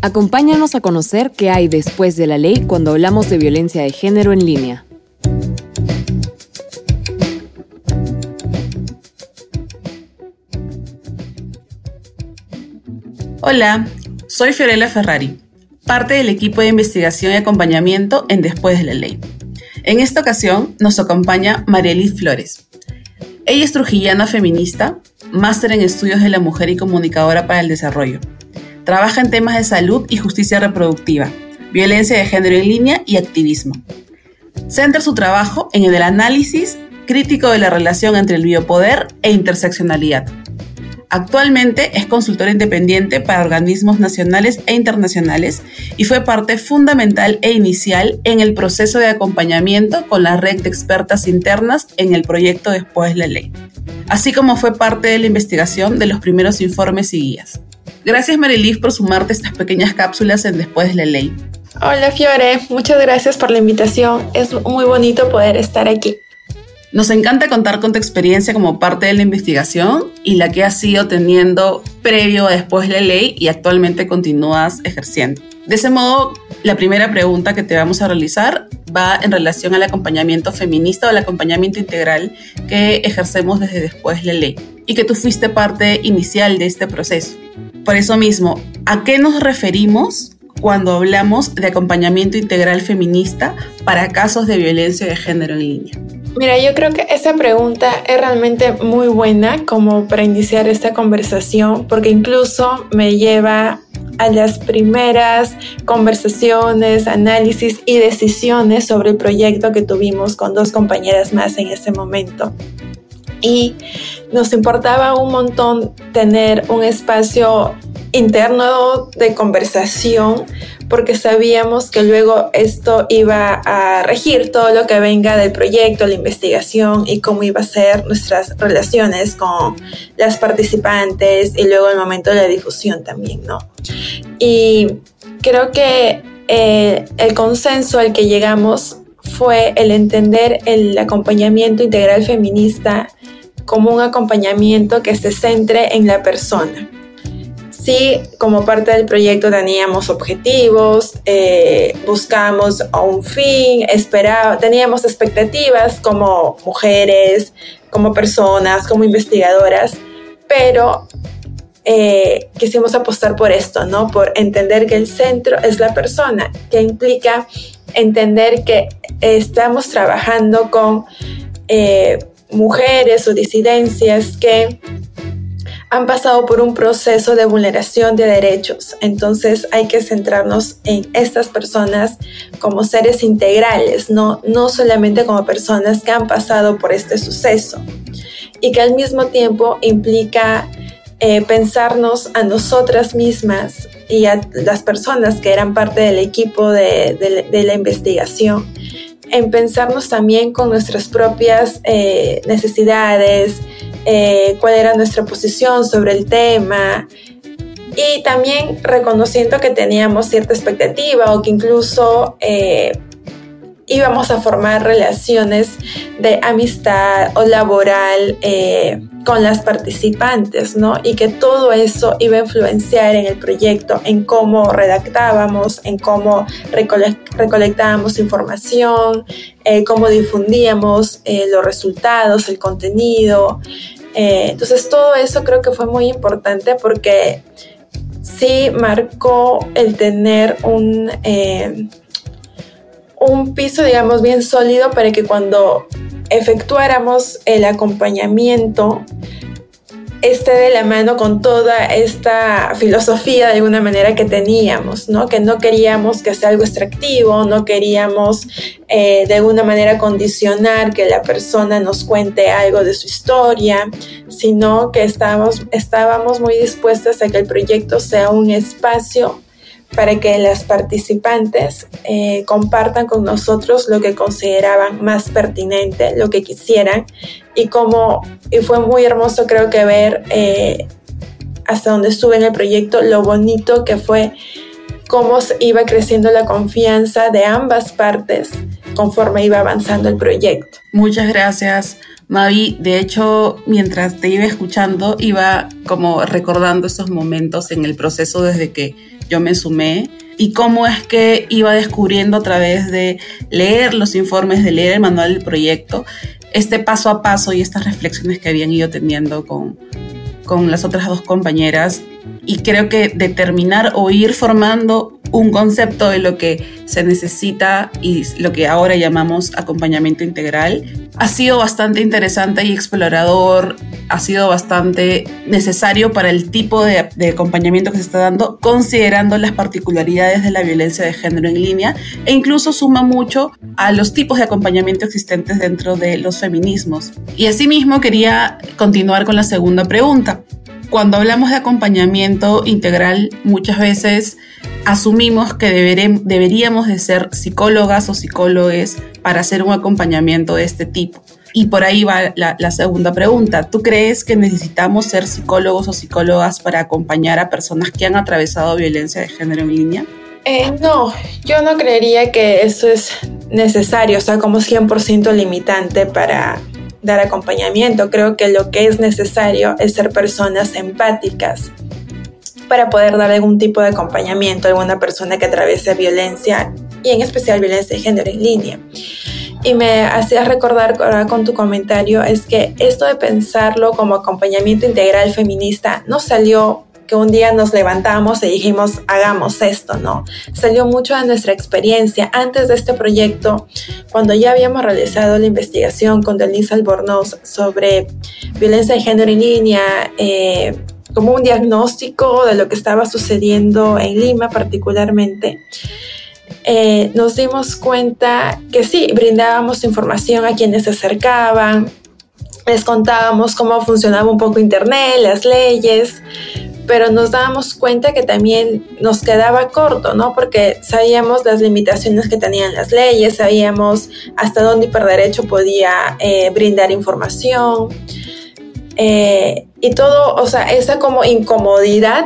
Acompáñanos a conocer qué hay después de la ley cuando hablamos de violencia de género en línea. Hola, soy Fiorella Ferrari, parte del equipo de investigación y acompañamiento en Después de la Ley. En esta ocasión nos acompaña Marieliz Flores. Ella es trujillana feminista, máster en estudios de la mujer y comunicadora para el desarrollo. Trabaja en temas de salud y justicia reproductiva, violencia de género en línea y activismo. Centra su trabajo en el análisis crítico de la relación entre el biopoder e interseccionalidad. Actualmente es consultora independiente para organismos nacionales e internacionales y fue parte fundamental e inicial en el proceso de acompañamiento con la red de expertas internas en el proyecto Después de la Ley, así como fue parte de la investigación de los primeros informes y guías. Gracias Marieliz por sumarte a estas pequeñas cápsulas en Después de la Ley. Hola Fiore, muchas gracias por la invitación. Es muy bonito poder estar aquí. Nos encanta contar con tu experiencia como parte de la investigación y la que has ido teniendo previo a Después de la Ley y actualmente continúas ejerciendo. De ese modo, la primera pregunta que te vamos a realizar va en relación al acompañamiento feminista o al acompañamiento integral que ejercemos desde Después de la Ley y que tú fuiste parte inicial de este proceso. Por eso mismo, ¿a qué nos referimos cuando hablamos de acompañamiento integral feminista para casos de violencia de género en línea? Mira, yo creo que esa pregunta es realmente muy buena como para iniciar esta conversación, porque incluso me lleva a las primeras conversaciones, análisis y decisiones sobre el proyecto que tuvimos con 2 compañeras más en ese momento. Y nos importaba un montón tener un espacio interno de conversación porque sabíamos que luego esto iba a regir todo lo que venga del proyecto, la investigación y cómo iba a ser nuestras relaciones con las participantes y luego el momento de la difusión también, ¿no? Y creo que el consenso al que llegamos fue el entender el acompañamiento integral feminista como un acompañamiento que se centre en la persona. Sí, como parte del proyecto teníamos objetivos, buscábamos un fin, teníamos expectativas como mujeres, como personas, como investigadoras, pero quisimos apostar por esto, ¿no? Por entender que el centro es la persona, que implica entender que estamos trabajando con mujeres o disidencias que han pasado por un proceso de vulneración de derechos. Entonces hay que centrarnos en estas personas como seres integrales, no solamente como personas que han pasado por este suceso. Y que al mismo tiempo implica pensarnos a nosotras mismas y a las personas que eran parte del equipo de la investigación, en pensarnos también con nuestras propias necesidades, cuál era nuestra posición sobre el tema y también reconociendo que teníamos cierta expectativa o que incluso íbamos a formar relaciones de amistad o laboral con las participantes, ¿no? Y que todo eso iba a influenciar en el proyecto, en cómo redactábamos, en cómo recolectábamos información, cómo difundíamos los resultados, el contenido. Entonces todo eso creo que fue muy importante porque sí marcó el tener un piso, digamos, bien sólido para que cuando efectuáramos el acompañamiento esté de la mano con toda esta filosofía de alguna manera que teníamos, ¿no? Que no queríamos que sea algo extractivo, no queríamos de alguna manera condicionar que la persona nos cuente algo de su historia, sino que estábamos muy dispuestas a que el proyecto sea un espacio para que las participantes compartan con nosotros lo que consideraban más pertinente, lo que quisieran, y fue muy hermoso creo que ver hasta donde estuve en el proyecto lo bonito que fue cómo iba creciendo la confianza de ambas partes conforme iba avanzando el proyecto. Muchas gracias, Mavi. De hecho, mientras te iba escuchando, iba como recordando esos momentos en el proceso desde que yo me sumé, y cómo es que iba descubriendo a través de leer los informes, de leer el manual del proyecto, este paso a paso y estas reflexiones que habían ido teniendo con las otras dos compañeras, y creo que determinar o ir formando un concepto de lo que se necesita y lo que ahora llamamos acompañamiento integral ha sido bastante interesante y explorador, ha sido bastante necesario para el tipo de acompañamiento que se está dando, considerando las particularidades de la violencia de género en línea, e incluso suma mucho a los tipos de acompañamiento existentes dentro de los feminismos. Y asimismo quería continuar con la segunda pregunta. Cuando hablamos de acompañamiento integral, muchas veces asumimos que deberíamos de ser psicólogas o psicólogos para hacer un acompañamiento de este tipo. Y por ahí va la segunda pregunta. ¿Tú crees que necesitamos ser psicólogos o psicólogas para acompañar a personas que han atravesado violencia de género en línea? No, yo no creería que eso es necesario, o sea, como 100% limitante para dar acompañamiento. Creo que lo que es necesario es ser personas empáticas para poder dar algún tipo de acompañamiento a alguna persona que atraviese violencia, y en especial violencia de género en línea. Y me hacías recordar ahora con tu comentario, es que esto de pensarlo como acompañamiento integral feminista no salió que un día nos levantamos y dijimos hagamos esto, ¿no? Salió mucho de nuestra experiencia antes de este proyecto, cuando ya habíamos realizado la investigación con Denise Albornoz sobre violencia de género en línea, como un diagnóstico de lo que estaba sucediendo en Lima particularmente. Nos dimos cuenta que sí, brindábamos información a quienes se acercaban, les contábamos cómo funcionaba un poco internet, las leyes, pero nos dábamos cuenta que también nos quedaba corto, ¿no? Porque sabíamos las limitaciones que tenían las leyes, sabíamos hasta dónde Hiperderecho podía brindar información, y todo, o sea, esa como incomodidad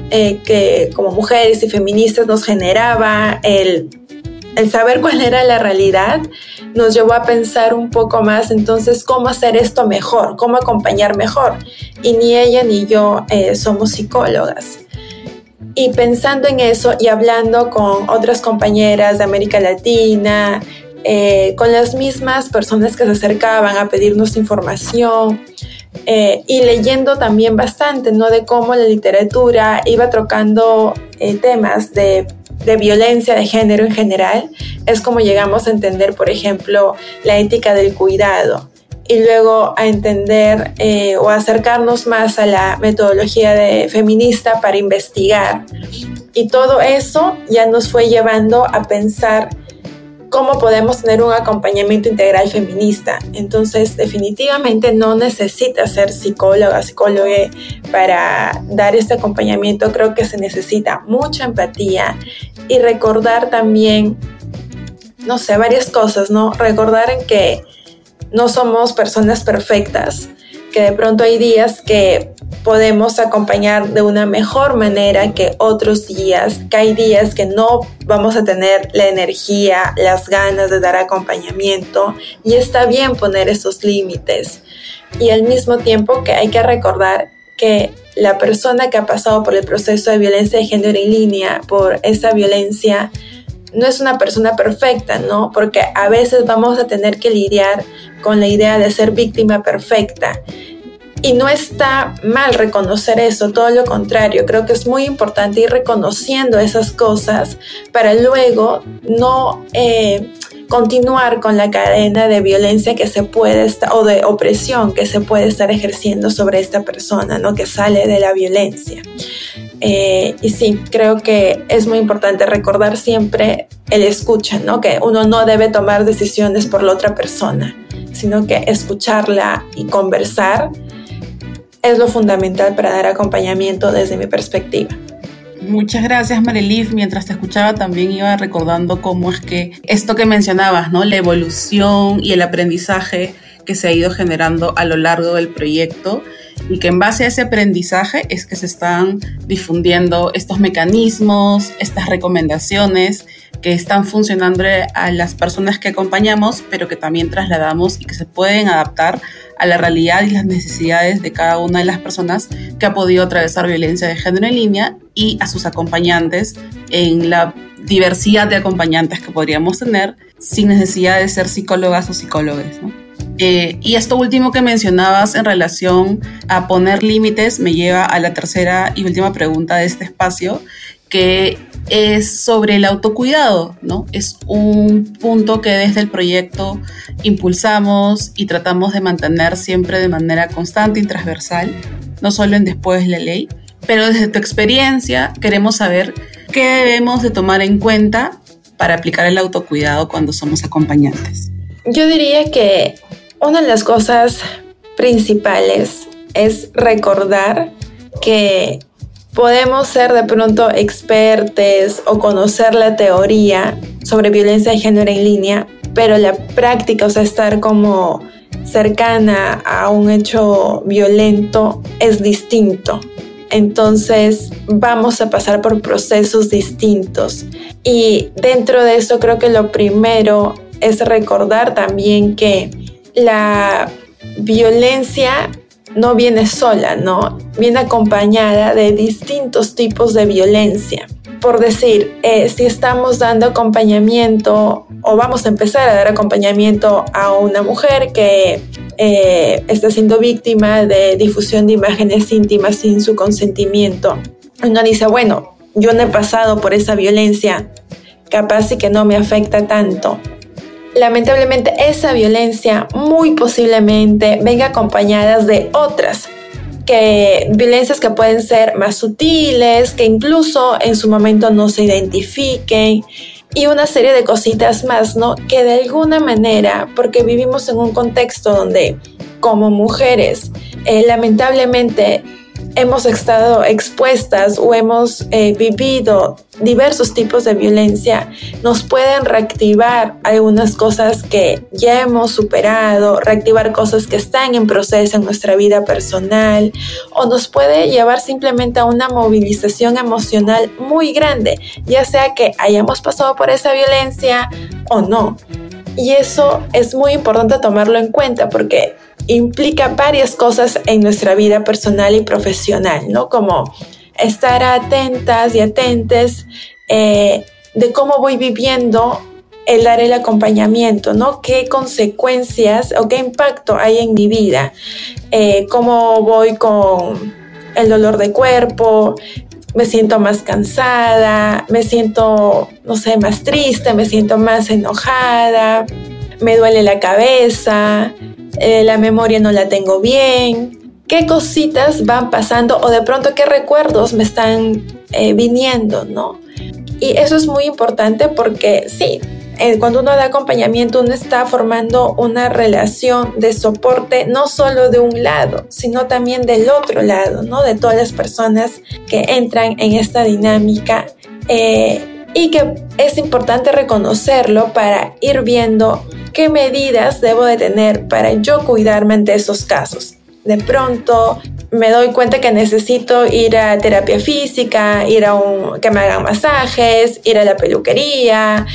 que como mujeres y feministas nos generaba el saber cuál era la realidad, nos llevó a pensar un poco más, entonces, cómo hacer esto mejor, cómo acompañar mejor. Y ni ella ni yo somos psicólogas. Y pensando en eso y hablando con otras compañeras de América Latina, con las mismas personas que se acercaban a pedirnos información, y leyendo también bastante, ¿no? De cómo la literatura iba tocando temas de violencia de género en general, es como llegamos a entender, por ejemplo, la ética del cuidado, y luego a entender o acercarnos más a la metodología feminista para investigar. Y todo eso ya nos fue llevando a pensar cómo podemos tener un acompañamiento integral feminista. Entonces, definitivamente no necesita ser psicóloga, psicólogo para dar este acompañamiento. Creo que se necesita mucha empatía y recordar también, no sé, varias cosas, ¿no? Recordar en que no somos personas perfectas, que de pronto hay días que podemos acompañar de una mejor manera que otros días, que hay días que no vamos a tener la energía, las ganas de dar acompañamiento, y está bien poner esos límites. Y al mismo tiempo que hay que recordar que la persona que ha pasado por el proceso de violencia de género en línea, por esa violencia, no es una persona perfecta, ¿no? Porque a veces vamos a tener que lidiar con la idea de ser víctima perfecta. Y no está mal reconocer eso, todo lo contrario. Creo que es muy importante ir reconociendo esas cosas para luego no continuar con la cadena de violencia que se puede o de opresión que se puede estar ejerciendo sobre esta persona, ¿no? Que sale de la violencia. Y sí, creo que es muy importante recordar siempre el escucha, ¿no? Que uno no debe tomar decisiones por la otra persona, sino que escucharla y conversar es lo fundamental para dar acompañamiento desde mi perspectiva. Muchas gracias, Marielif. Mientras te escuchaba también iba recordando cómo es que esto que mencionabas, ¿no? La evolución y el aprendizaje que se ha ido generando a lo largo del proyecto, y que en base a ese aprendizaje es que se están difundiendo estos mecanismos, estas recomendaciones que están funcionando a las personas que acompañamos, pero que también trasladamos y que se pueden adaptar a la realidad y las necesidades de cada una de las personas que ha podido atravesar violencia de género en línea y a sus acompañantes en la diversidad de acompañantes que podríamos tener sin necesidad de ser psicólogas o psicólogos, ¿no? Y esto último que mencionabas en relación a poner límites me lleva a la tercera y última pregunta de este espacio, que es sobre el autocuidado, ¿no? Es un punto que desde el proyecto impulsamos y tratamos de mantener siempre de manera constante y transversal, no solo en Después de la Ley, pero desde tu experiencia queremos saber qué debemos de tomar en cuenta para aplicar el autocuidado cuando somos acompañantes. Yo diría que una de las cosas principales es recordar que podemos ser de pronto expertos o conocer la teoría sobre violencia de género en línea, pero la práctica, o sea, estar como cercana a un hecho violento es distinto. Entonces vamos a pasar por procesos distintos. Y dentro de eso creo que lo primero es recordar también que la violencia no viene sola, ¿no? Viene acompañada de distintos tipos de violencia. Por decir, si estamos dando acompañamiento o vamos a empezar a dar acompañamiento a una mujer que está siendo víctima de difusión de imágenes íntimas sin su consentimiento, uno dice, bueno, yo no he pasado por esa violencia, capaz y que no me afecta tanto. Lamentablemente esa violencia muy posiblemente venga acompañadas de otras violencias que pueden ser más sutiles, que incluso en su momento no se identifiquen y una serie de cositas más, ¿no? Que de alguna manera, porque vivimos en un contexto donde como mujeres lamentablemente hemos estado expuestas o hemos vivido diversos tipos de violencia, nos pueden reactivar algunas cosas que ya hemos superado, reactivar cosas que están en proceso en nuestra vida personal, o nos puede llevar simplemente a una movilización emocional muy grande, ya sea que hayamos pasado por esa violencia o no. Y eso es muy importante tomarlo en cuenta porque implica varias cosas en nuestra vida personal y profesional, ¿no? Como estar atentas y atentes de cómo voy viviendo el dar el acompañamiento, ¿no? ¿Qué consecuencias o qué impacto hay en mi vida? ¿Cómo voy con el dolor de cuerpo? Me siento más cansada, me siento, no sé, más triste, me siento más enojada, me duele la cabeza, la memoria no la tengo bien. ¿Qué cositas van pasando o de pronto qué recuerdos me están viniendo, ¿no? Y eso es muy importante porque sí, cuando uno da acompañamiento uno está formando una relación de soporte no solo de un lado, sino también del otro lado, ¿no? De todas las personas que entran en esta dinámica y que es importante reconocerlo para ir viendo qué medidas debo de tener para yo cuidarme ante esos casos. De pronto me doy cuenta que necesito ir a terapia física, ir a que me hagan masajes, ir a la peluquería,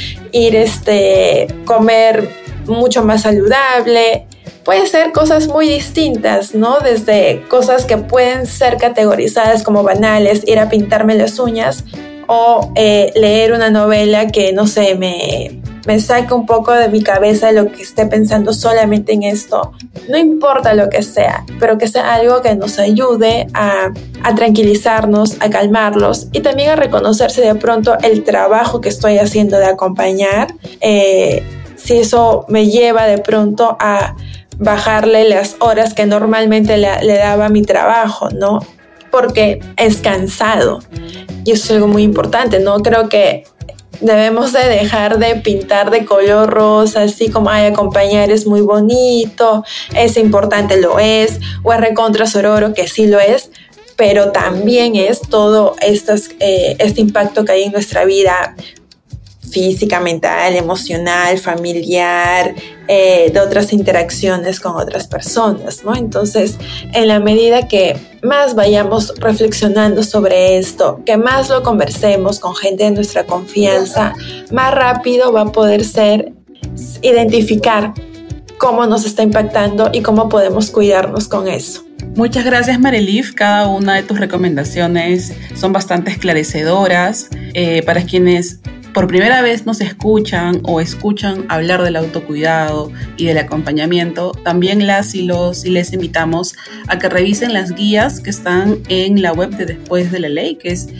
comer mucho más saludable. Puede ser cosas muy distintas, ¿no? Desde cosas que pueden ser categorizadas como banales, ir a pintarme las uñas o leer una novela que, no sé, me saca un poco de mi cabeza lo que esté pensando solamente en esto. No importa lo que sea, pero que sea algo que nos ayude a tranquilizarnos, a calmarlos y también a reconocer si de pronto el trabajo que estoy haciendo de acompañar, si eso me lleva de pronto a bajarle las horas que normalmente le daba a mi trabajo, ¿no? Porque es cansado y eso es algo muy importante, ¿no? Creo que debemos de dejar de pintar de color rosa, así como acompañar es muy bonito, es importante, lo es, o es recontra sororo, que sí lo es, pero también es todo este impacto que hay en nuestra vida física, mental, emocional, familiar, de otras interacciones con otras personas, ¿no? Entonces, en la medida que más vayamos reflexionando sobre esto, que más lo conversemos con gente de nuestra confianza, más rápido va a poder ser identificar cómo nos está impactando y cómo podemos cuidarnos con eso. Muchas gracias, Marielif. Cada una de tus recomendaciones son bastante esclarecedoras para quienes por primera vez nos escuchan o escuchan hablar del autocuidado y del acompañamiento. También las y les invitamos a que revisen las guías que están en la web de Después de la Ley, que es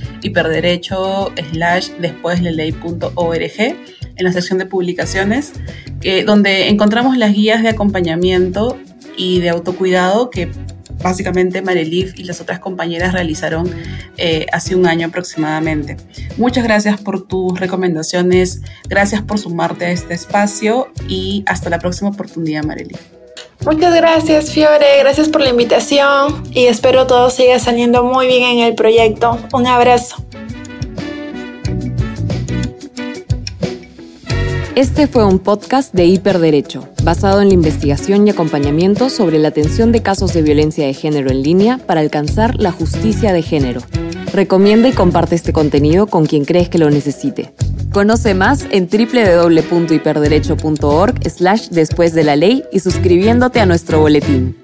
hiperderecho/despuesdeleley.org, en la sección de publicaciones, donde encontramos las guías de acompañamiento y de autocuidado que básicamente Marielif y las otras compañeras realizaron hace un año aproximadamente. Muchas gracias por tus recomendaciones, gracias por sumarte a este espacio y hasta la próxima oportunidad, Marielif. Muchas gracias, Fiore, gracias por la invitación y espero todo siga saliendo muy bien en el proyecto. Un abrazo. Este fue un podcast de Hiperderecho, basado en la investigación y acompañamiento sobre la atención de casos de violencia de género en línea para alcanzar la justicia de género. Recomienda y comparte este contenido con quien crees que lo necesite. Conoce más en www.hiperderecho.org/después de la ley y suscribiéndote a nuestro boletín.